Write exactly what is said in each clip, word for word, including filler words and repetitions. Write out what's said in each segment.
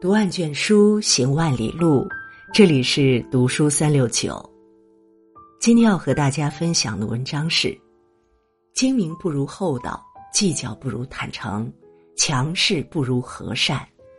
读万卷书，行万里路。这里是读书三六九。今天要和大家分享的文章是：精明不如厚道，计较不如坦诚，强势不如和善。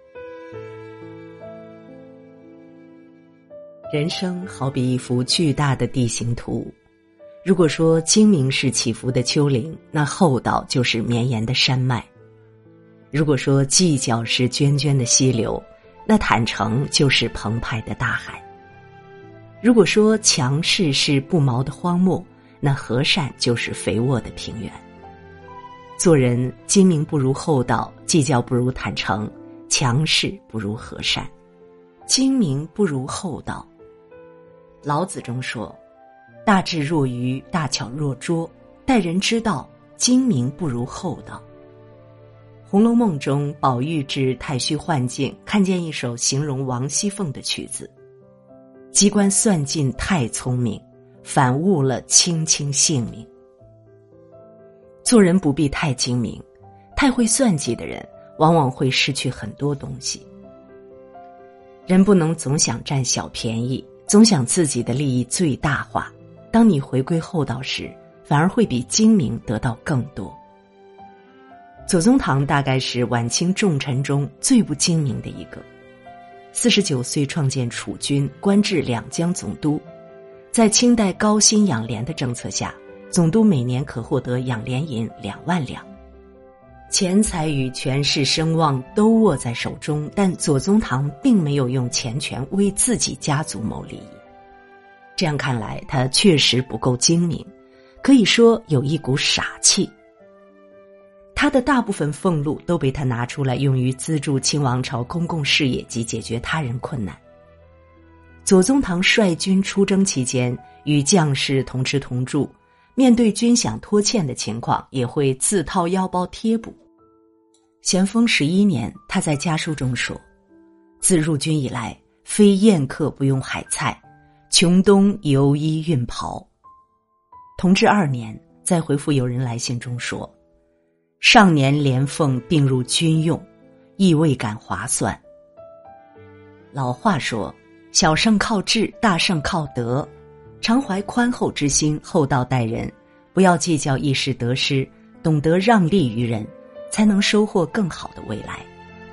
人生好比一幅巨大的地形图，如果说精明是起伏的丘陵，那厚道就是绵延的山脉；如果说计较是涓涓的溪流，那坦诚就是澎湃的大海；如果说强势是不毛的荒漠，那和善就是肥沃的平原。做人精明不如厚道，计较不如坦诚，强势不如和善。精明不如厚道。老子中说，大智若愚，大巧若拙，待人之道，精明不如厚道。红楼梦中，宝玉至太虚幻境，看见一首形容王熙凤的曲子，机关算尽太聪明，反误了卿卿性命。做人不必太精明，太会算计的人往往会失去很多东西。人不能总想占小便宜，总想自己的利益最大化，当你回归厚道时，反而会比精明得到更多。左宗棠大概是晚清重臣中最不精明的一个，四十九岁创建储军，官至两江总督。在清代高薪养廉的政策下，总督每年可获得养廉银两万两。钱财与权势声望都握在手中，但左宗棠并没有用钱权为自己家族谋利益。这样看来，他确实不够精明，可以说有一股傻气。他的大部分俸禄都被他拿出来用于资助清王朝公共事业及解决他人困难。左宗棠率军出征期间，与将士同吃同住，面对军饷拖欠的情况，也会自掏腰包贴补。咸丰十一年，他在家书中说，自入军以来，非宴客不用海菜，穷冬犹衣熨袍。同治二年，在回复友人来信中说，上年连俸并入军用，亦未感划算。老话说，小胜靠智，大胜靠德，常怀宽厚之心，厚道待人，不要计较一时得失，懂得让利于人，才能收获更好的未来。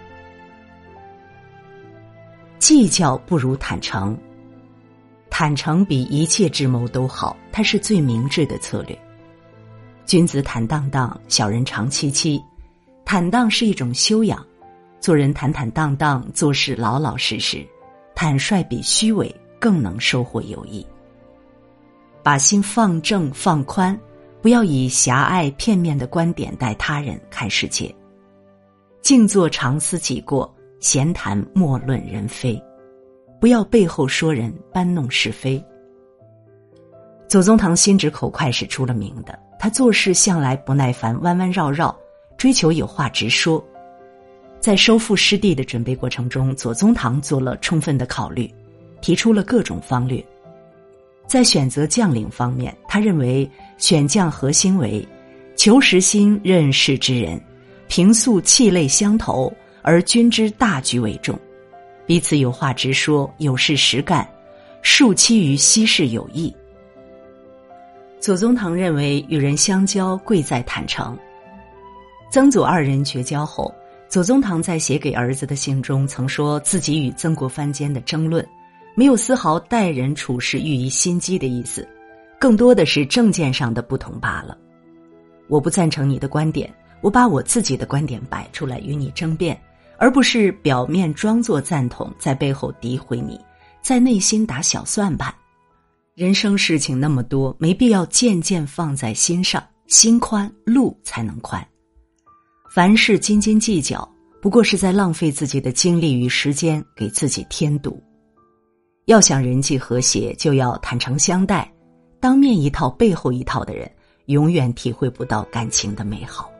计较不如坦诚，坦诚比一切智谋都好，它是最明智的策略。君子坦荡荡，小人长戚戚。坦荡是一种修养，做人坦坦荡荡，做事老老实实，坦率比虚伪更能收获友谊。把心放正放宽，不要以狭隘片面的观点待他人看世界。静坐常思己过，闲谈莫论人非，不要背后说人，搬弄是非。左宗棠心直口快是出了名的，他做事向来不耐烦，弯弯绕绕，追求有话直说。在收复失地的准备过程中，左宗棠做了充分的考虑，提出了各种方略。在选择将领方面，他认为选将核心为求实心任事之人，平素气类相投，而均之大局为重，彼此有话直说，有事实干，庶期于息事有益。左宗棠认为与人相交贵在坦诚。曾左二人绝交后，左宗棠在写给儿子的信中曾说自己与曾国藩间的争论没有丝毫待人处事寓意心机的意思，更多的是政见上的不同罢了。我不赞成你的观点，我把我自己的观点摆出来与你争辩，而不是表面装作赞同，在背后诋毁你，在内心打小算盘。人生事情那么多，没必要件件放在心上，心宽路才能宽。凡事斤斤计较，不过是在浪费自己的精力与时间，给自己添堵。要想人际和谐，就要坦诚相待，当面一套背后一套的人，永远体会不到感情的美好。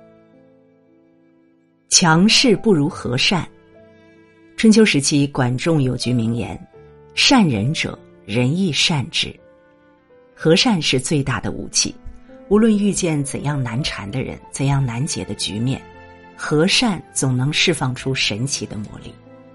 强势不如和善。春秋时期，管仲有句名言，善人者，人亦善之。和善是最大的武器，无论遇见怎样难缠的人，怎样难解的局面，和善总能释放出神奇的魔力。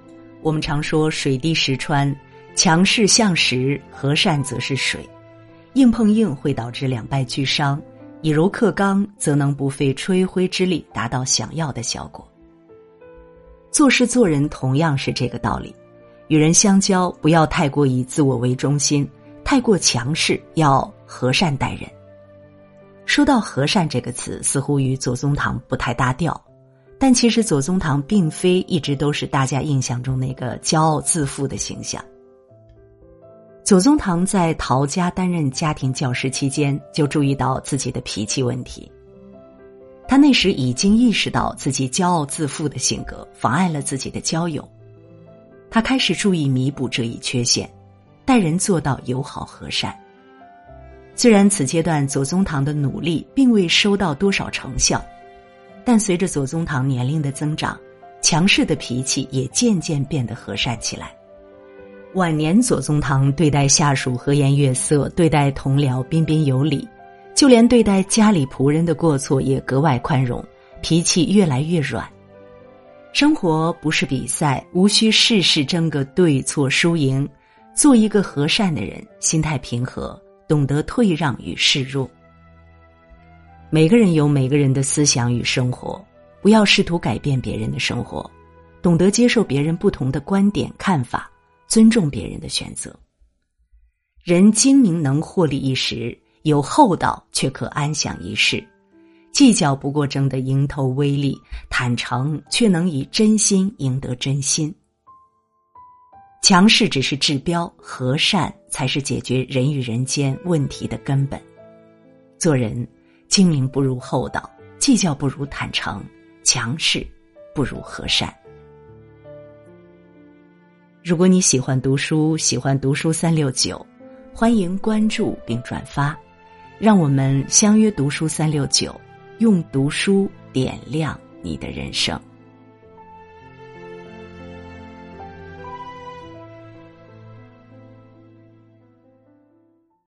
我们常说水滴石穿，强势像石，和善则是水。硬碰硬会导致两败俱伤，以柔克刚则能不费吹灰之力达到想要的效果。做事做人同样是这个道理，与人相交不要太过以自我为中心，太过强势，要和善待人。说到和善这个词，似乎与左宗棠不太搭调，但其实左宗棠并非一直都是大家印象中那个骄傲自负的形象。左宗棠在陶家担任家庭教师期间，就注意到自己的脾气问题。他那时已经意识到自己骄傲自负的性格妨碍了自己的交友，他开始注意弥补这一缺陷，待人做到友好和善。虽然此阶段左宗棠的努力并未收到多少成效，但随着左宗棠年龄的增长，强势的脾气也渐渐变得和善起来。晚年左宗棠对待下属和颜悦色，对待同僚彬彬有礼，就连对待家里仆人的过错也格外宽容，脾气越来越软。生活不是比赛，无需事事争个对错输赢，做一个和善的人，心态平和，懂得退让与示弱。每个人有每个人的思想与生活，不要试图改变别人的生活，懂得接受别人不同的观点看法，尊重别人的选择。人精明能获利一时，有厚道却可安享一世。计较不过争得蝇头微利，坦诚却能以真心赢得真心。强势只是治标，和善才是解决人与人间问题的根本。做人，精明不如厚道，计较不如坦诚，强势不如和善。如果你喜欢读书，喜欢读书三六九，欢迎关注并转发，让我们相约读书三六九，用读书点亮你的人生。